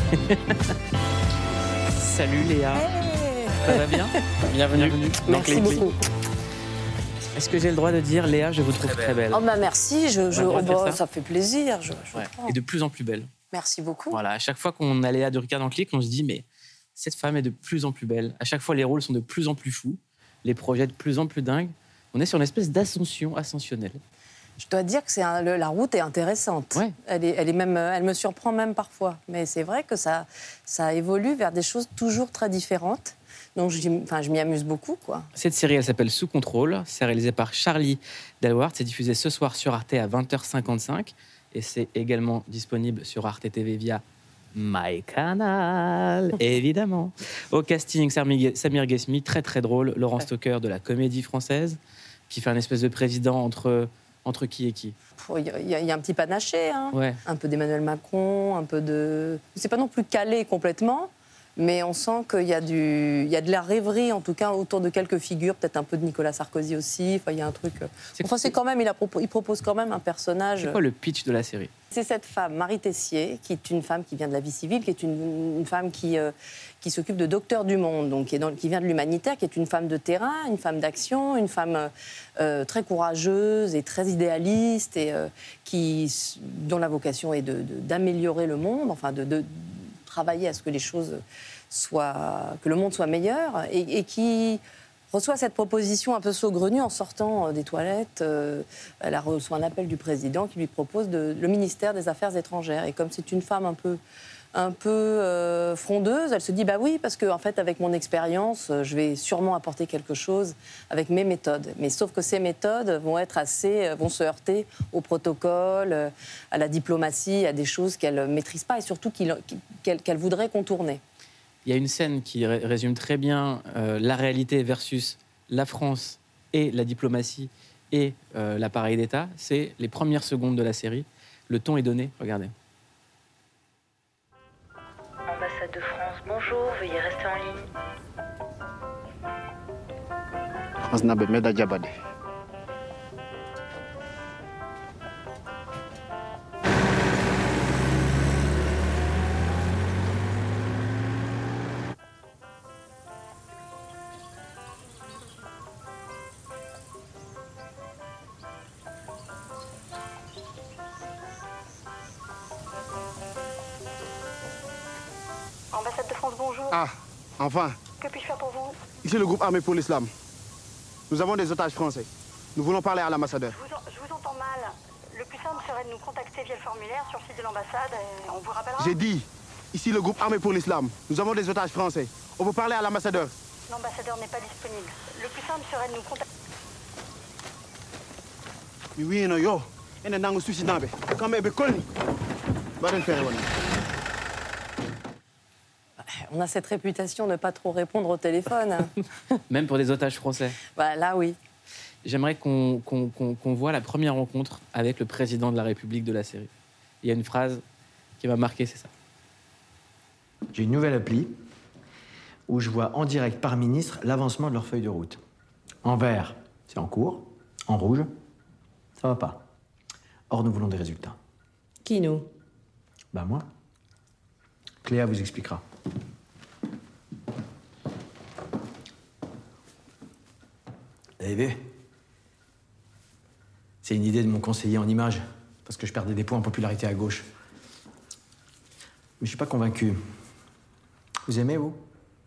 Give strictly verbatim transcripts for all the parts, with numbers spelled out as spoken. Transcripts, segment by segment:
Salut Léa. Hey. Ça va bien? Bienvenue. Bienvenue. Merci beaucoup. Est-ce que j'ai le droit de dire, Léa, je vous trouve très belle? Oh bah merci, je, je, oh bah, ça. ça fait plaisir. Je, je ouais. Et de plus en plus belle. Merci beaucoup. Voilà, à chaque fois qu'on a Léa Durika dans le clic, on se dit, mais cette femme est de plus en plus belle. À chaque fois, les rôles sont de plus en plus fous, les projets de plus en plus dingues. On est sur une espèce d'ascension ascensionnelle. Je dois dire que c'est un, le, la route est intéressante. Ouais. Elle, est, elle, est même, elle me surprend même parfois. Mais c'est vrai que ça, ça évolue vers des choses toujours très différentes. Donc je, enfin, je m'y amuse beaucoup, quoi. Cette série, elle s'appelle Sous contrôle. C'est réalisé par Charlie Delwart. C'est diffusé ce soir sur Arte à vingt heures cinquante-cinq. Et c'est également disponible sur Arte T V via MyCanal, évidemment. Au casting, Samir Ghesmi, très très drôle. Laurent Stocker de la Comédie Française, qui fait un espèce de président entre... Entre qui et qui? Il y, y, y a un petit panaché, hein. Ouais. Un peu d'Emmanuel Macron, un peu de... C'est pas non plus calé complètement, mais on sent qu'il y a, du... il y a de la rêverie, en tout cas, autour de quelques figures, peut-être un peu de Nicolas Sarkozy aussi. Enfin, il y a un truc... C'est enfin, c'est quand même... Il, a propo... il propose quand même un personnage... C'est quoi le pitch de la série? C'est cette femme, Marie Tessier, qui est une femme qui vient de la vie civile, qui est une, une femme qui, euh, qui s'occupe de Docteur du Monde, donc qui, est dans, qui vient de l'humanitaire, qui est une femme de terrain, une femme d'action, une femme euh, très courageuse et très idéaliste, et euh, qui, dont la vocation est de, de, d'améliorer le monde, enfin de, de travailler à ce que les choses soient, que le monde soit meilleur, et, et qui reçoit cette proposition un peu saugrenue en sortant des toilettes. Euh, elle a reçu un appel du président qui lui propose de, le ministère des Affaires étrangères. Et comme c'est une femme un peu, un peu euh, frondeuse, elle se dit bah oui, parce que en fait, avec mon expérience, je vais sûrement apporter quelque chose avec mes méthodes. Mais sauf que ces méthodes vont être assez, vont se heurter au protocole, à la diplomatie, à des choses qu'elle ne maîtrise pas et surtout qu'elle, qu'elle voudrait contourner. Il y a une scène qui ré- résume très bien euh, la réalité versus la France et la diplomatie et euh, l'appareil d'État. C'est les premières secondes de la série. Le ton est donné, regardez. Ambassade de France, bonjour, veuillez rester en ligne. Ambassade de France, bonjour. Ah, enfin. Que puis-je faire pour vous? Ici le groupe Armée pour l'Islam. Nous avons des otages français. Nous voulons parler à l'ambassadeur. Je vous, en, je vous entends mal. Le plus simple serait de nous contacter via le formulaire sur le site de l'ambassade et on vous rappellera. J'ai dit, ici le groupe Armée pour l'Islam. Nous avons des otages français. On veut parler à l'ambassadeur. L'ambassadeur n'est pas disponible. Le plus simple serait de nous contacter. Mais oui, non, yo. Il y a un suicide. Quand même, on a cette réputation de ne pas trop répondre au téléphone. Même pour des otages français. Bah, là, oui. J'aimerais qu'on, qu'on, qu'on, qu'on voit la première rencontre avec le président de la République de la série. Il y a une phrase qui m'a marqué, c'est ça. J'ai une nouvelle appli où je vois en direct par ministre l'avancement de leur feuille de route. En vert, c'est en cours. En rouge, ça va pas. Or, nous voulons des résultats. Qui, nous? Ben, moi. Cléa vous expliquera. Vous avez vu? C'est une idée de mon conseiller en images, parce que je perdais des points en popularité à gauche. Mais je suis pas convaincu. Vous aimez, vous?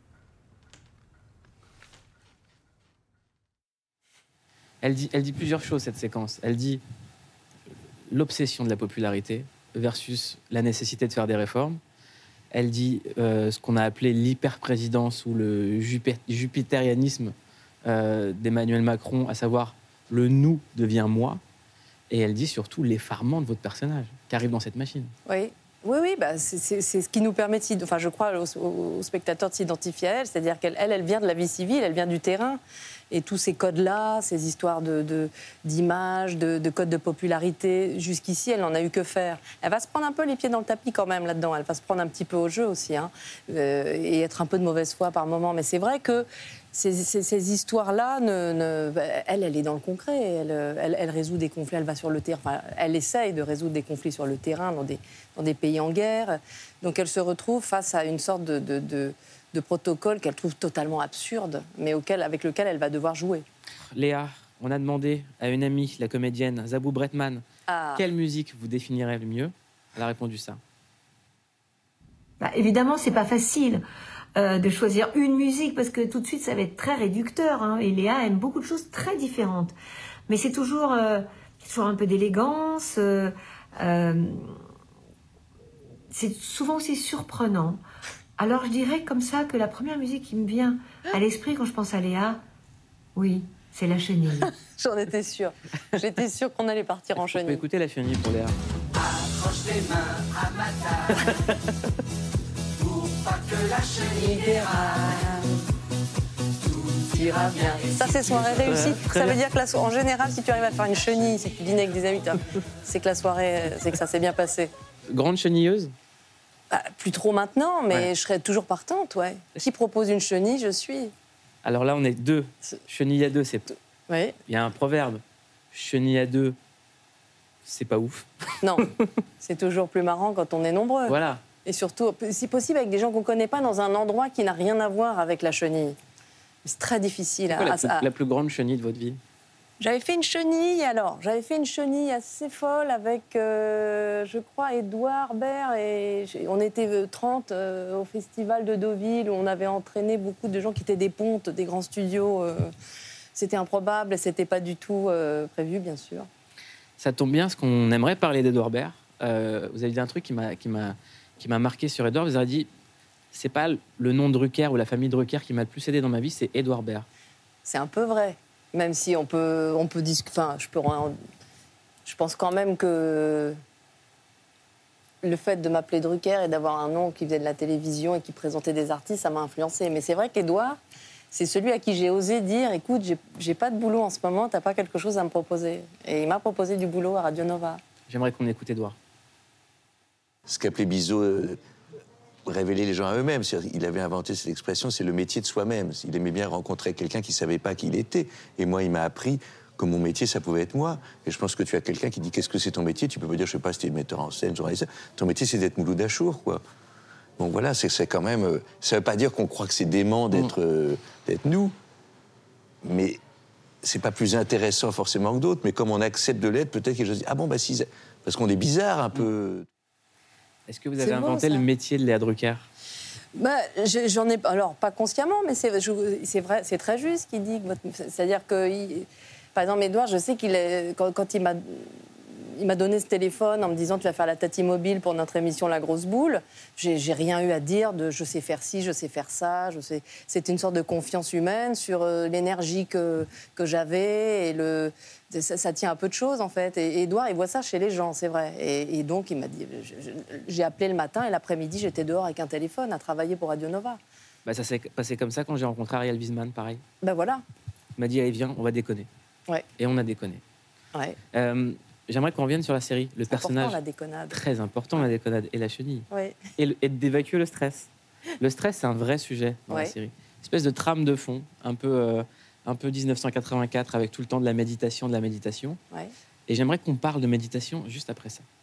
Elle dit, elle dit plusieurs choses, cette séquence. Elle dit l'obsession de la popularité versus la nécessité de faire des réformes. Elle dit euh, ce qu'on a appelé l'hyperprésidence ou le jupé- jupitérianisme euh, d'Emmanuel Macron, à savoir le « nous » devient « moi ». Et elle dit surtout l'effarement de votre personnage qui arrive dans cette machine. Oui. Oui, oui, bah c'est, c'est, c'est ce qui nous permet, de, enfin, je crois, aux, aux spectateurs de s'identifier à elle. C'est-à-dire qu'elle, elle, elle vient de la vie civile, elle vient du terrain. Et tous ces codes-là, ces histoires de, de, d'images, de, de codes de popularité, jusqu'ici, elle n'en a eu que faire. Elle va se prendre un peu les pieds dans le tapis quand même là-dedans. Elle va se prendre un petit peu au jeu aussi, hein, euh, et être un peu de mauvaise foi par moment. Mais c'est vrai que ces, ces, ces histoires-là, ne, ne, elle, elle est dans le concret. Elle, elle, elle résout des conflits, elle va sur le terrain. Enfin, elle essaye de résoudre des conflits sur le terrain dans des, dans des pays en guerre. Donc elle se retrouve face à une sorte de, de, de, de protocole qu'elle trouve totalement absurde, mais auquel, avec lequel elle va devoir jouer. Léa, on a demandé à une amie, la comédienne Zabou Bretman, ah. quelle musique vous définirait le mieux. Elle a répondu ça. Bah, évidemment, c'est pas facile euh, de choisir une musique parce que tout de suite, ça va être très réducteur. Hein, et Léa aime beaucoup de choses très différentes. Mais c'est toujours, euh, toujours un peu d'élégance. Euh, euh, c'est souvent aussi surprenant. Alors, je dirais comme ça que la première musique qui me vient à l'esprit quand je pense à Léa, oui, c'est La Chenille. J'en étais sûre. J'étais sûre qu'on allait partir en chenille. On peut écouter La Chenille pour Léa. Accroche tes mains à ma table pour pas que la chenille déraille. Tout ira bien. Ça, c'est soirée réussie. Ouais, ça veut bien. dire que la so- en général, si tu arrives à faire une chenille, si tu dînes avec des amis, c'est que la soirée, c'est que ça s'est bien passé. Grande chenilleuse. Bah, plus trop maintenant, mais Ouais. je serais toujours partante, ouais. Qui propose une chenille, je suis. Alors là, on est deux. Chenille à deux, c'est... Oui. Il y a un proverbe. Chenille à deux, c'est pas ouf. Non, c'est toujours plus marrant quand on est nombreux. Voilà. Et surtout, si possible, avec des gens qu'on ne connaît pas, dans un endroit qui n'a rien à voir avec la chenille. C'est très difficile. C'est quoi à, la, plus, à- la plus grande chenille de votre vie? J'avais fait une chenille, alors, j'avais fait une chenille assez folle avec, euh, je crois, Édouard Baird. Et j'ai- on était euh, trente euh, au festival de Deauville, où on avait entraîné beaucoup de gens qui étaient des pontes, des grands studios. euh, C'était improbable et c'était pas du tout euh, prévu, bien sûr. Ça tombe bien, parce qu'on aimerait parler d'Édouard Baird. Euh, vous avez dit un truc qui m'a, qui m'a, qui m'a marqué sur Édouard. Vous avez dit, c'est pas le nom Drucker ou la famille Drucker qui m'a le plus aidé dans ma vie, c'est Édouard Baird. C'est un peu vrai, même si on peut, on peut discuter. Enfin, je peux. en- Je pense quand même que le fait de m'appeler Drucker et d'avoir un nom qui faisait de la télévision et qui présentait des artistes, ça m'a influencé. Mais c'est vrai qu'Édouard, c'est celui à qui j'ai osé dire, écoute, j'ai, j'ai pas de boulot en ce moment, t'as pas quelque chose à me proposer. Et il m'a proposé du boulot à Radio Nova. J'aimerais qu'on écoute Édouard. Ce qu'appelait Bizot euh, révéler les gens à eux-mêmes. C'est-à-dire, il avait inventé cette expression, c'est le métier de soi-même. Il aimait bien rencontrer quelqu'un qui ne savait pas qui il était. Et moi, il m'a appris que mon métier, ça pouvait être moi. Et je pense que tu as quelqu'un qui dit, qu'est-ce que c'est ton métier? Tu peux me dire, je sais pas, si tu es metteur en scène, journaliste. Ton métier, c'est d'être Mouloud Achour, quoi. Donc voilà, c'est, c'est quand même... euh, ça ne veut pas dire qu'on croit que c'est dément d'être, euh, d'être nous. Mais c'est pas plus intéressant forcément que d'autres. Mais comme on accepte de l'être, peut-être que je dis, ah bon, bah si... Parce qu'on est bizarre un peu... Est-ce que vous C'est avez beau, inventé ça. le métier de Léa Drucker? Bah, je- j'en ai alors pas consciemment, mais c'est je- c'est vrai, c'est très juste ce qu'il dit. que votre- C'est-à-dire que, il- par exemple, Édouard, je sais qu'il est quand, quand il m'a il m'a donné ce téléphone en me disant tu vas faire la tati mobile pour notre émission La Grosse Boule. J'ai j'ai rien eu à dire de je sais faire ci, je sais faire ça. Je sais. C'était une sorte de confiance humaine sur euh, l'énergie que que j'avais et le ça, ça tient à peu de choses en fait. Et Édouard, il voit ça chez les gens, c'est vrai. Et, et donc il m'a dit, je- je- j'ai appelé le matin et l'après-midi j'étais dehors avec un téléphone à travailler pour Radio Nova. Bah, ça s'est passé comme ça quand j'ai rencontré Ariel Wiesman, pareil. Ben voilà. Il m'a dit, allez, viens, on va déconner. Ouais. Et on a déconné. Ouais. Euh, j'aimerais qu'on revienne sur la série. Le C'est personnage important, la déconnade. très important, la déconnade et la chenille. Ouais. Et, le- et d'évacuer le stress. Le stress, c'est un vrai sujet dans la Ouais. série. Une espèce de trame de fond, un peu, euh, un peu dix-neuf cent quatre-vingt-quatre, avec tout le temps de la méditation, de la méditation. Ouais. Et j'aimerais qu'on parle de méditation juste après ça.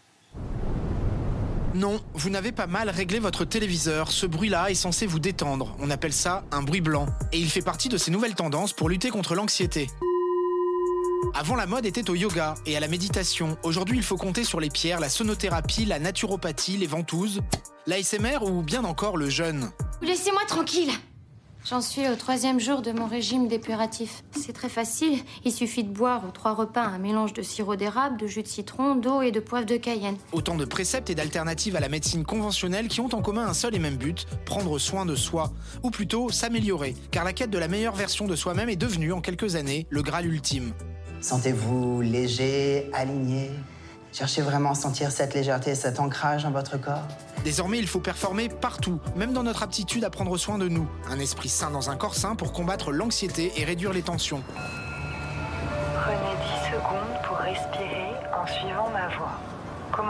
Non, vous n'avez pas mal réglé votre téléviseur. Ce bruit-là est censé vous détendre. On appelle ça un bruit blanc. Et il fait partie de ces nouvelles tendances pour lutter contre l'anxiété. Avant, la mode était au yoga et à la méditation. Aujourd'hui, il faut compter sur les pierres, la sonothérapie, la naturopathie, les ventouses, l'A S M R ou bien encore le jeûne. Laissez-moi tranquille. J'en suis au troisième jour de mon régime dépuratif. C'est très facile. Il suffit de boire aux trois repas un mélange de sirop d'érable, de jus de citron, d'eau et de poivre de Cayenne. Autant de préceptes et d'alternatives à la médecine conventionnelle qui ont en commun un seul et même but, prendre soin de soi. Ou plutôt s'améliorer, car la quête de la meilleure version de soi-même est devenue, en quelques années, le Graal ultime. Sentez-vous léger, aligné. Cherchez vraiment à sentir cette légèreté et cet ancrage dans votre corps. Désormais, il faut performer partout, même dans notre aptitude à prendre soin de nous. Un esprit sain dans un corps sain pour combattre l'anxiété et réduire les tensions. Prenez dix secondes pour respirer en suivant ma voix. Commencez.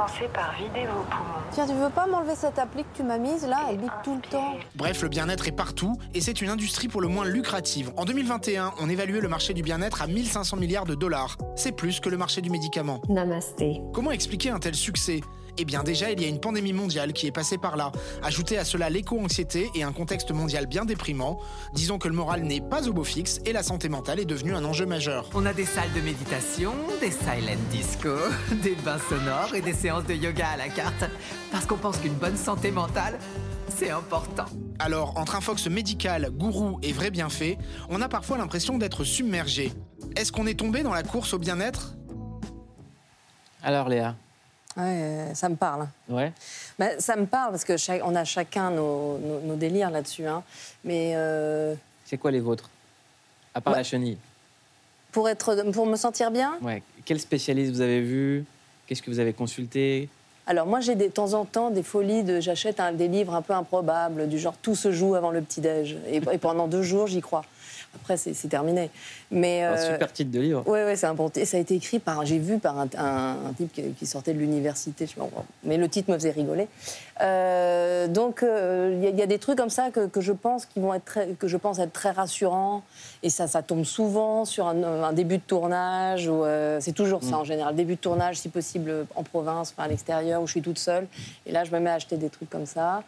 commencer par vider vos poumons. Tiens, tu veux pas m'enlever cette appli que tu m'as mise là? Elle bip tout le temps. Bref, le bien-être est partout et c'est une industrie pour le moins lucrative. En deux mille vingt et un, on évaluait le marché du bien-être à mille cinq cents milliards de dollars. C'est plus que le marché du médicament. Namasté. Comment expliquer un tel succès? Eh bien déjà, il y a une pandémie mondiale qui est passée par là. Ajoutez à cela l'éco-anxiété et un contexte mondial bien déprimant. Disons que le moral n'est pas au beau fixe et la santé mentale est devenue un enjeu majeur. On a des salles de méditation, des silent disco, des bains sonores et des séances de yoga à la carte. Parce qu'on pense qu'une bonne santé mentale, c'est important. Alors, entre infox médical, gourou et vrai bienfait, on a parfois l'impression d'être submergé. Est-ce qu'on est tombé dans la course au bien-être? Alors Léa? Ouais, ça me parle. Ouais. Ben, ça me parle parce que chaque, on a chacun nos, nos, nos délires là-dessus. Hein. Mais euh... c'est quoi les vôtres? À part bah, la chenille. Pour être, pour me sentir bien. Ouais. Quel spécialiste vous avez vu? Qu'est-ce que vous avez consulté? Alors moi j'ai de temps en temps des folies de j'achète un, des livres un peu improbables du genre tout se joue avant le petit déj et, et pendant deux jours j'y crois. Après, c'est, c'est terminé. Mais, un euh, super titre de livre. Oui, ouais, c'est un bon titre. Ça a été écrit par, j'ai vu par un, un, un type qui, qui sortait de l'université. Je sais pas, mais le titre me faisait rigoler. Euh, donc, il euh, y, y a des trucs comme ça que, que je pense qui vont être très, que je pense être très rassurants. Et ça, ça tombe souvent sur un, un début de tournage. Où, euh, c'est toujours ça, mmh. en général. Début de tournage, si possible, en province, enfin, à l'extérieur, où je suis toute seule. Et là, je me mets à acheter des trucs comme ça.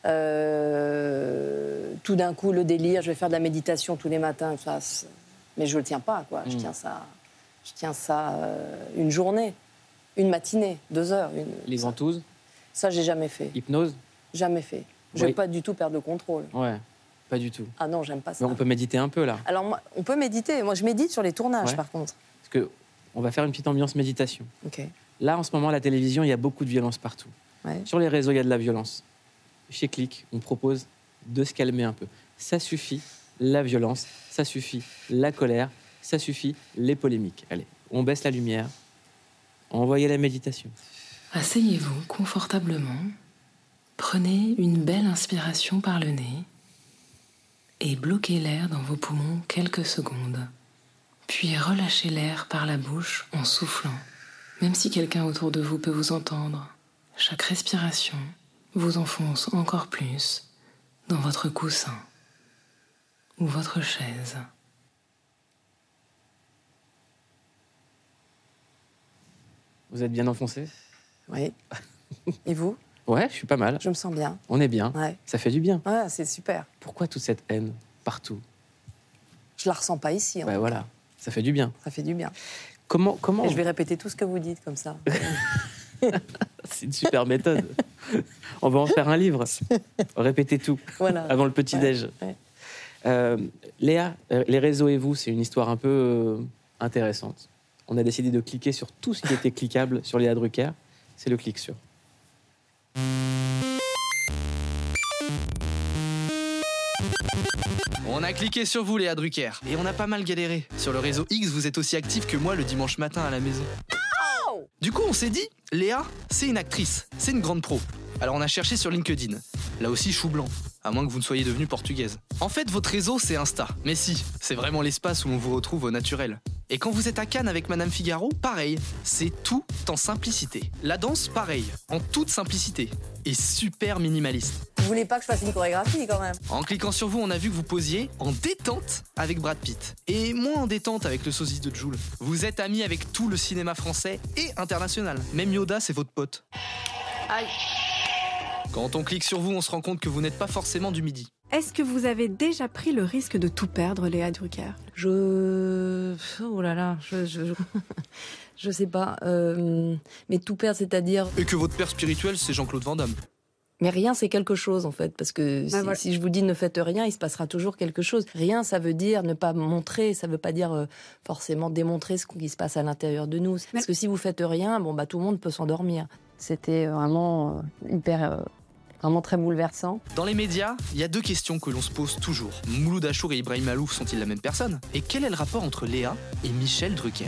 Euh, tout d'un coup, le délire, je vais faire de la méditation tous les matins, ça, mais je le tiens pas, quoi. Mmh. Je tiens ça, je tiens ça euh, une journée, une matinée, deux heures. Une, Les ventouses? Ça, j'ai jamais fait. Hypnose? Jamais fait. Je oui. vais pas du tout perdre le contrôle. Ouais, pas du tout. Ah non, j'aime pas ça. Mais on peut méditer un peu, là. Alors, moi, on peut méditer. Moi, je médite sur les tournages, ouais. par contre. Parce que on va faire une petite ambiance méditation. Ok. Là, en ce moment, à la télévision, il y a beaucoup de violence partout. Ouais. Sur les réseaux, il y a de la violence. Chez Click, on propose de se calmer un peu. Ça suffit, la violence, ça suffit, la colère, ça suffit, les polémiques. Allez, on baisse la lumière, envoyez la méditation. Asseyez-vous confortablement, prenez une belle inspiration par le nez et bloquez l'air dans vos poumons quelques secondes. Puis relâchez l'air par la bouche en soufflant. Même si quelqu'un autour de vous peut vous entendre, chaque respiration vous enfonce encore plus dans votre coussin ou votre chaise. Vous êtes bien enfoncé? Oui. Et vous? Ouais, je suis pas mal. Je me sens bien. On est bien. Ouais. Ça fait du bien. Ouais, c'est super. Pourquoi toute cette haine partout? Je la ressens pas ici. Ouais, voilà. Ça fait du bien. Ça fait du bien. Comment, comment... Et je vais répéter tout ce que vous dites comme ça. C'est une super méthode. On va en faire un livre. Répétez tout, voilà. Avant le petit-déj. Ouais, ouais. euh, Léa, euh, les réseaux et vous, c'est une histoire un peu euh, intéressante. On a décidé de cliquer sur tout ce qui était cliquable sur Léa Drucker. C'est le clic sur. On a cliqué sur vous, Léa Drucker. Et on a pas mal galéré. Sur le réseau X, vous êtes aussi actif que moi le dimanche matin à la maison. Oh! Du coup, on s'est dit, Léa, c'est une actrice, c'est une grande pro. Alors on a cherché sur LinkedIn. Là aussi, chou blanc. À moins que vous ne soyez devenue portugaise. En fait, votre réseau, c'est Insta. Mais si, c'est vraiment l'espace où on vous retrouve au naturel. Et quand vous êtes à Cannes avec Madame Figaro, pareil, c'est tout en simplicité. La danse, pareil, en toute simplicité. Et super minimaliste. Vous voulez pas que je fasse une chorégraphie, quand même? En cliquant sur vous, on a vu que vous posiez en détente avec Brad Pitt. Et moins en détente avec le sosie de Jules. Vous êtes amis avec tout le cinéma français et international. Même Yoda, c'est votre pote. Aïe. Quand on clique sur vous, on se rend compte que vous n'êtes pas forcément du Midi. Est-ce que vous avez déjà pris le risque de tout perdre, Léa Drucker? Je... Oh là là, je... Je, je sais pas. Euh... Mais tout perdre, c'est-à-dire... Et que votre père spirituel, c'est Jean-Claude Van Damme. Mais rien, c'est quelque chose, en fait. Parce que bah, si, voilà. si je vous dis ne faites rien, il se passera toujours quelque chose. Rien, ça veut dire ne pas montrer, ça veut pas dire euh, forcément démontrer ce qui se passe à l'intérieur de nous. Mais... Parce que si vous faites rien, bon, bah, tout le monde peut s'endormir. C'était vraiment euh, hyper... Euh... Vraiment très bouleversant. Dans les médias, il y a deux questions que l'on se pose toujours. Mouloud Achour et Ibrahim Malouf sont-ils la même personne? Et quel est le rapport entre Léa et Michel Drucker?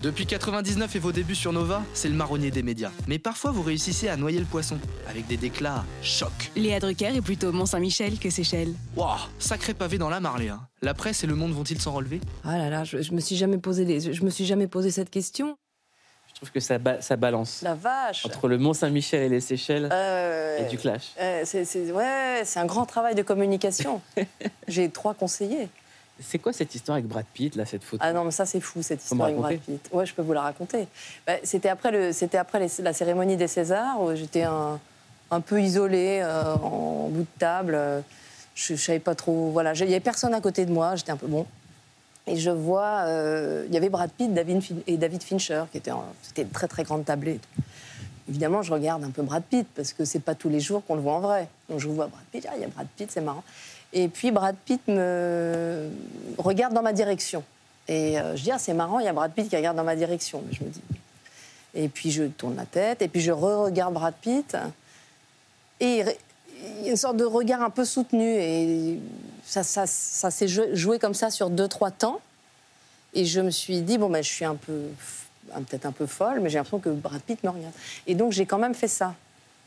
Depuis quatre-vingt-dix-neuf et vos débuts sur Nova, c'est le marronnier des médias. Mais parfois, vous réussissez à noyer le poisson, avec des déclats chocs. Léa Drucker est plutôt Mont-Saint-Michel que Seychelles. Waouh, sacré pavé dans la mare, Léa. La presse et le monde vont-ils s'en relever? Ah là là, je, je me suis jamais posé les, je me suis jamais posé cette question. Je trouve que ça, ba- ça balance. La vache. Entre le Mont-Saint-Michel et les Seychelles, Euh, il y a du clash. euh, c'est, c'est- ouais, c'est un grand travail de communication. J'ai trois conseillers. C'est quoi cette histoire avec Brad Pitt, là, cette photo? Ah non, mais ça, c'est fou, cette Faut me histoire avec Brad raconter. Pitt. Ouais, je peux vous la raconter. Bah, c'était après, le, c'était après les- la cérémonie des Césars, où j'étais un, un peu isolée, euh, en bout de table. Je ne savais pas trop... Voilà, il n'y avait personne à côté de moi, j'étais un peu... Bon. Et je vois... euh, Il y avait Brad Pitt David Fin- et David Fincher, qui étaient... en- C'était une très, très grande tablée. et tout. Évidemment, je regarde un peu Brad Pitt, parce que c'est pas tous les jours qu'on le voit en vrai. Donc je vois Brad Pitt, ah, il y a Brad Pitt, c'est marrant. Et puis Brad Pitt me regarde dans ma direction. Et euh, je dis, ah, c'est marrant, il y a Brad Pitt qui regarde dans ma direction. Mais je me dis... Et puis je tourne la tête, et puis je re-regarde Brad Pitt. Et il y a une sorte de regard un peu soutenu. Et ça, ça, ça s'est joué, joué comme ça sur deux, trois temps. Et je me suis dit, bon, ben, je suis un peu... peut-être un peu folle, mais j'ai l'impression que Brad Pitt me regarde. Et donc, j'ai quand même fait ça.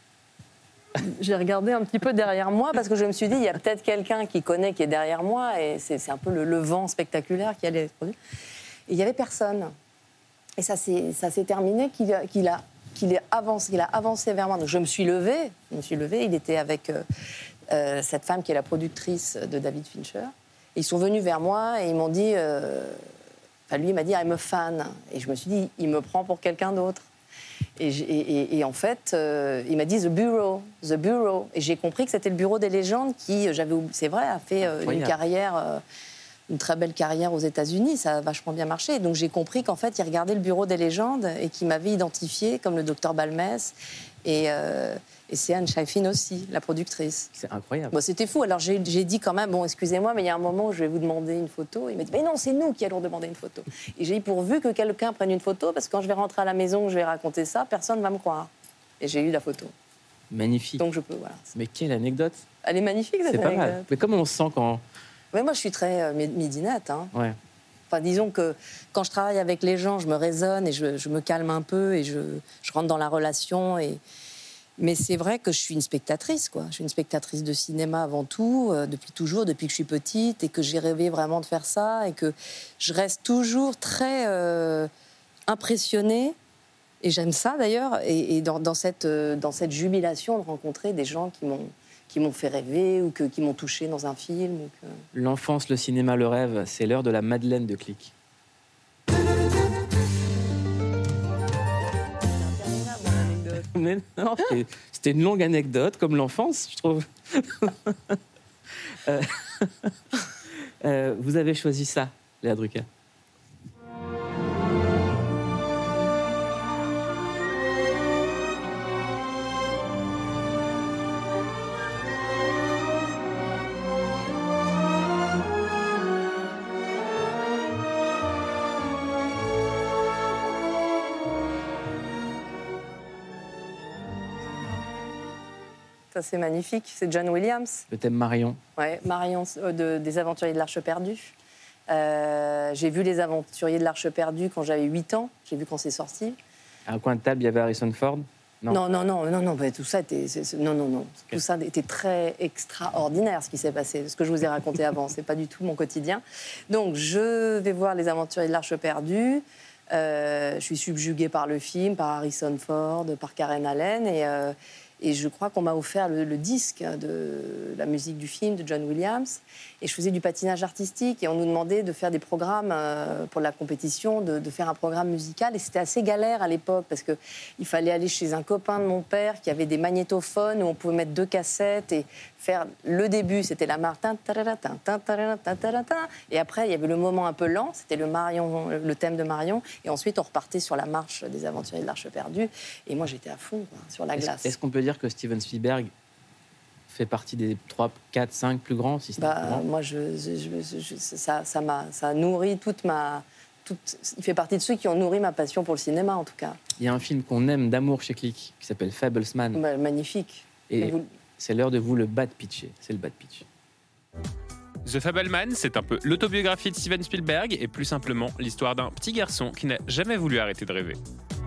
J'ai regardé un petit peu derrière moi, parce que je me suis dit, il y a peut-être quelqu'un qui connaît, qui est derrière moi, et c'est, c'est un peu le, le vent spectaculaire qui allait se produire. Et il n'y avait personne. Et ça s'est, ça s'est terminé qu'il a, qu'il, a, qu'il, est avancé, qu'il a avancé vers moi. Donc, je me suis levée. Je me suis levée. Il était avec euh, euh, cette femme qui est la productrice de David Fincher. Et ils sont venus vers moi et ils m'ont dit... Euh, Enfin, lui, il m'a dit « I'm a fan ». Et je me suis dit « il me prend pour quelqu'un d'autre ». Et, et, et, et en fait, euh, il m'a dit « The Bureau »,« The Bureau ». Et j'ai compris que c'était le Bureau des légendes qui, j'avais oublié, c'est vrai, a fait euh, une carrière, euh, une très belle carrière aux États-Unis. Ça a vachement bien marché. Et donc j'ai compris qu'en fait, il regardait le Bureau des légendes et qu'il m'avait identifié comme le docteur Balmès. Et... Euh, Et c'est Anne Chaffin aussi, la productrice. C'est incroyable. Bon, c'était fou. Alors j'ai, j'ai dit quand même, bon, excusez-moi, mais il y a un moment où je vais vous demander une photo. Il m'a dit, mais non, c'est nous qui allons demander une photo. Et j'ai dit, pourvu que quelqu'un prenne une photo, parce que quand je vais rentrer à la maison, je vais raconter ça, personne ne va me croire. Et j'ai eu la photo. Magnifique. Donc je peux, voilà. Mais quelle anecdote. Elle est magnifique, cette C'est pas anecdote. mal. Mais comment on se sent quand... Mais moi, je suis très euh, midinette. Hein. Ouais. Enfin, disons que quand je travaille avec les gens, je me raisonne et je, je me calme un peu et je, je rentre dans la relation. Et... Mais c'est vrai que je suis une spectatrice, quoi. Je suis une spectatrice de cinéma avant tout, euh, depuis toujours, depuis que je suis petite, et que j'ai rêvé vraiment de faire ça, et que je reste toujours très euh, impressionnée, et j'aime ça d'ailleurs, et, et dans, dans, cette, euh, dans cette jubilation de rencontrer des gens qui m'ont, qui m'ont fait rêver, ou que, qui m'ont touchée dans un film. Ou que... L'enfance, le cinéma, le rêve, c'est l'heure de la Madeleine de Click. Mais non, c'était, c'était une longue anecdote, comme l'enfance, je trouve. euh, euh, vous avez choisi ça, Léa Drucker. Ça, c'est magnifique. C'est John Williams. Le thème Marion. Ouais, Marion euh, de, des Aventuriers de l'Arche perdue. Euh, j'ai vu Les Aventuriers de l'Arche perdue quand j'avais huit ans. J'ai vu quand c'est sorti. À un coin de table, il y avait Harrison Ford. Non, non, non, non, non, non bah, tout ça était, c'est, c'est, non, non, non. Okay. Tout ça était très extraordinaire, ce qui s'est passé. Ce que je vous ai raconté avant, c'est pas du tout mon quotidien. Donc, je vais voir Les Aventuriers de l'Arche perdue. Euh, je suis subjuguée par le film, par Harrison Ford, par Karen Allen, et euh, Et je crois qu'on m'a offert le, le disque de la musique du film de John Williams. Et je faisais du patinage artistique. Et on nous demandait de faire des programmes euh, pour la compétition, de, de faire un programme musical. Et c'était assez galère à l'époque parce qu'il fallait aller chez un copain de mon père qui avait des magnétophones où on pouvait mettre deux cassettes et faire le début. C'était la marque. Et après, il y avait le moment un peu lent. C'était le, Marion, le thème de Marion. Et ensuite, on repartait sur la marche des Aventuriers de l'Arche perdue. Et moi, j'étais à fond, quoi, sur la glace. Est-ce, est-ce qu'on peut dire que Steven Spielberg fait partie des trois, quatre, cinq plus grands, si c'est bah, plus grand. Moi, je, je, je, je, ça, ça, m'a, ça nourrit toute ma... Toute, il fait partie de ceux qui ont nourri ma passion pour le cinéma, en tout cas. Il y a un film qu'on aime d'amour chez Click, qui s'appelle Fablesman. Bah, magnifique. Et vous... c'est l'heure de vous le bad pitcher. C'est le bad pitch. The Fabelman, c'est un peu l'autobiographie de Steven Spielberg et plus simplement l'histoire d'un petit garçon qui n'a jamais voulu arrêter de rêver.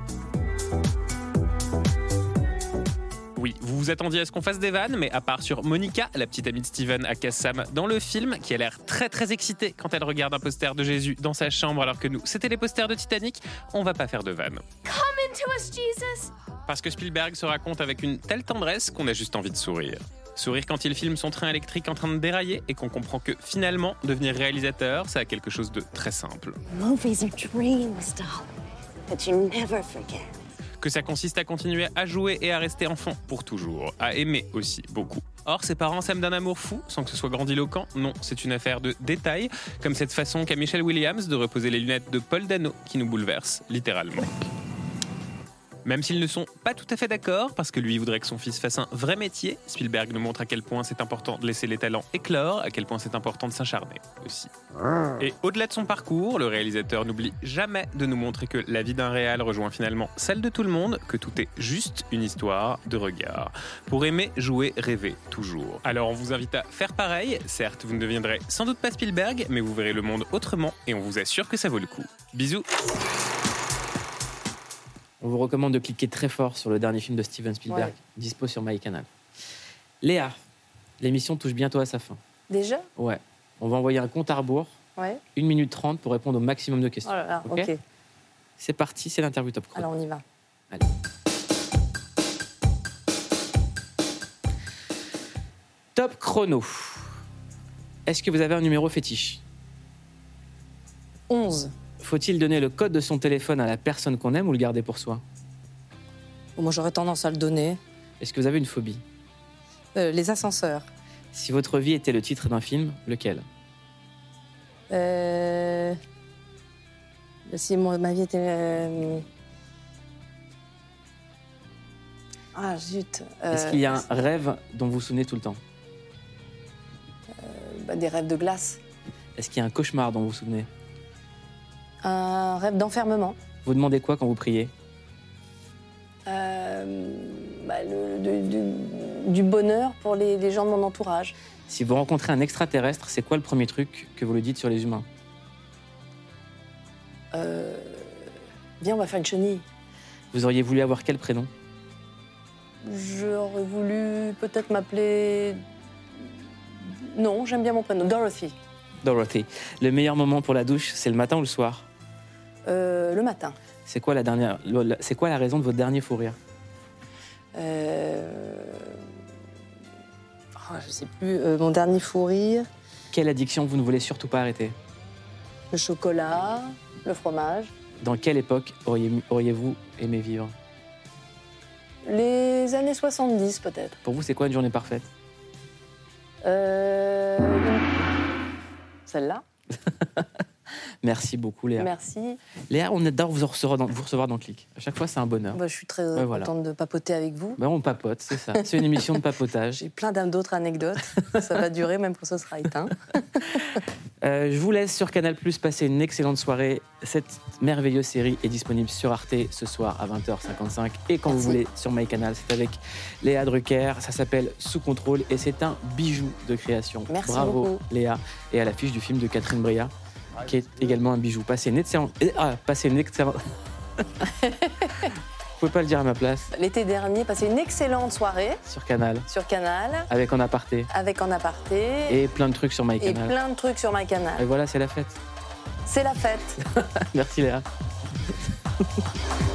Oui, vous vous attendiez à ce qu'on fasse des vannes, mais à part sur Monica, la petite amie de Steven aka Sam dans le film, qui a l'air très très excitée quand elle regarde un poster de Jésus dans sa chambre alors que nous, c'était les posters de Titanic, on va pas faire de vannes. Come into us, Jesus! Parce que Spielberg se raconte avec une telle tendresse qu'on a juste envie de sourire. Sourire quand il filme son train électrique en train de dérailler et qu'on comprend que finalement, devenir réalisateur, ça a quelque chose de très simple. Movies are dreams, darling, that you never forget. Que ça consiste à continuer à jouer et à rester enfant pour toujours, à aimer aussi beaucoup. Or, ses parents s'aiment d'un amour fou, sans que ce soit grandiloquent. Non, c'est une affaire de détails, comme cette façon qu'a Michelle Williams de reposer les lunettes de Paul Dano, qui nous bouleverse, littéralement. Même s'ils ne sont pas tout à fait d'accord, parce que lui voudrait que son fils fasse un vrai métier, Spielberg nous montre à quel point c'est important de laisser les talents éclore, à quel point c'est important de s'acharner aussi. Et au-delà de son parcours, le réalisateur n'oublie jamais de nous montrer que la vie d'un réal rejoint finalement celle de tout le monde, que tout est juste une histoire de regard. Pour aimer, jouer, rêver, toujours. Alors on vous invite à faire pareil. Certes, vous ne deviendrez sans doute pas Spielberg, mais vous verrez le monde autrement et on vous assure que ça vaut le coup. Bisous. On vous recommande de cliquer très fort sur le dernier film de Steven Spielberg, ouais. dispo sur MyCanal. Léa, l'émission touche bientôt à sa fin. Déjà ? Ouais. On va envoyer un compte à rebours, ouais. une minute trente pour répondre au maximum de questions. Oh là là, okay ok. C'est parti, c'est l'interview top chrono. Alors on y va. Allez. Top chrono. Est-ce que vous avez un numéro fétiche ? onze. Faut-il donner le code de son téléphone à la personne qu'on aime ou le garder pour soi ? Moi, j'aurais tendance à le donner. Est-ce que vous avez une phobie ? euh, Les ascenseurs. Si votre vie était le titre d'un film, lequel ? euh... Si moi, ma vie était... Euh... Ah, zut. Euh... Est-ce qu'il y a un rêve dont vous vous souvenez tout le temps ? euh, bah, Des rêves de glace. Est-ce qu'il y a un cauchemar dont vous vous souvenez ? Un rêve d'enfermement. Vous demandez quoi quand vous priez ? euh, bah, le, de, de, Du bonheur pour les, les gens de mon entourage. Si vous rencontrez un extraterrestre, c'est quoi le premier truc que vous lui dites sur les humains ? euh, Viens, on va faire une chenille. Vous auriez voulu avoir quel prénom ? J'aurais voulu peut-être m'appeler... Non, j'aime bien mon prénom, Dorothy. Dorothy. Le meilleur moment pour la douche, c'est le matin ou le soir ? Euh, le matin. C'est quoi la dernière, c'est quoi la raison de votre dernier fou rire ? euh... oh, Je sais plus. Euh, mon dernier fou rire. Quelle addiction vous ne voulez surtout pas arrêter ? Le chocolat, le fromage. Dans quelle époque auriez, auriez-vous aimé vivre ? Les années soixante-dix, peut-être. Pour vous, c'est quoi une journée parfaite ? euh... Celle-là. Merci beaucoup, Léa. Merci. Léa, on adore vous recevoir dans, vous recevoir dans Click. À chaque fois, c'est un bonheur. Bah, je suis très ouais, contente voilà. de papoter avec vous. Bah, on papote, c'est ça. C'est une émission de papotage. J'ai plein d'autres anecdotes. Ça va durer même quand ce sera éteint. euh, je vous laisse sur Canal plus, passer une excellente soirée. Cette merveilleuse série est disponible sur Arte ce soir à vingt heures cinquante-cinq. Et quand Merci. Vous voulez, sur MyCanal, c'est avec Léa Drucker. Ça s'appelle Sous contrôle et c'est un bijou de création. Merci Bravo, beaucoup. Léa. Et à l'affiche du film de Catherine Breillat, qui est également un bijou. Passez une excellente... Ah, passez une excellente... Vous pouvez pas le dire à ma place. L'été dernier, passez une excellente soirée. Sur Canal. Sur Canal. Avec En Aparté. Avec En Aparté. Et plein de trucs sur MyCanal. Et plein de trucs sur MyCanal. Et voilà, c'est la fête. C'est la fête. Merci Léa.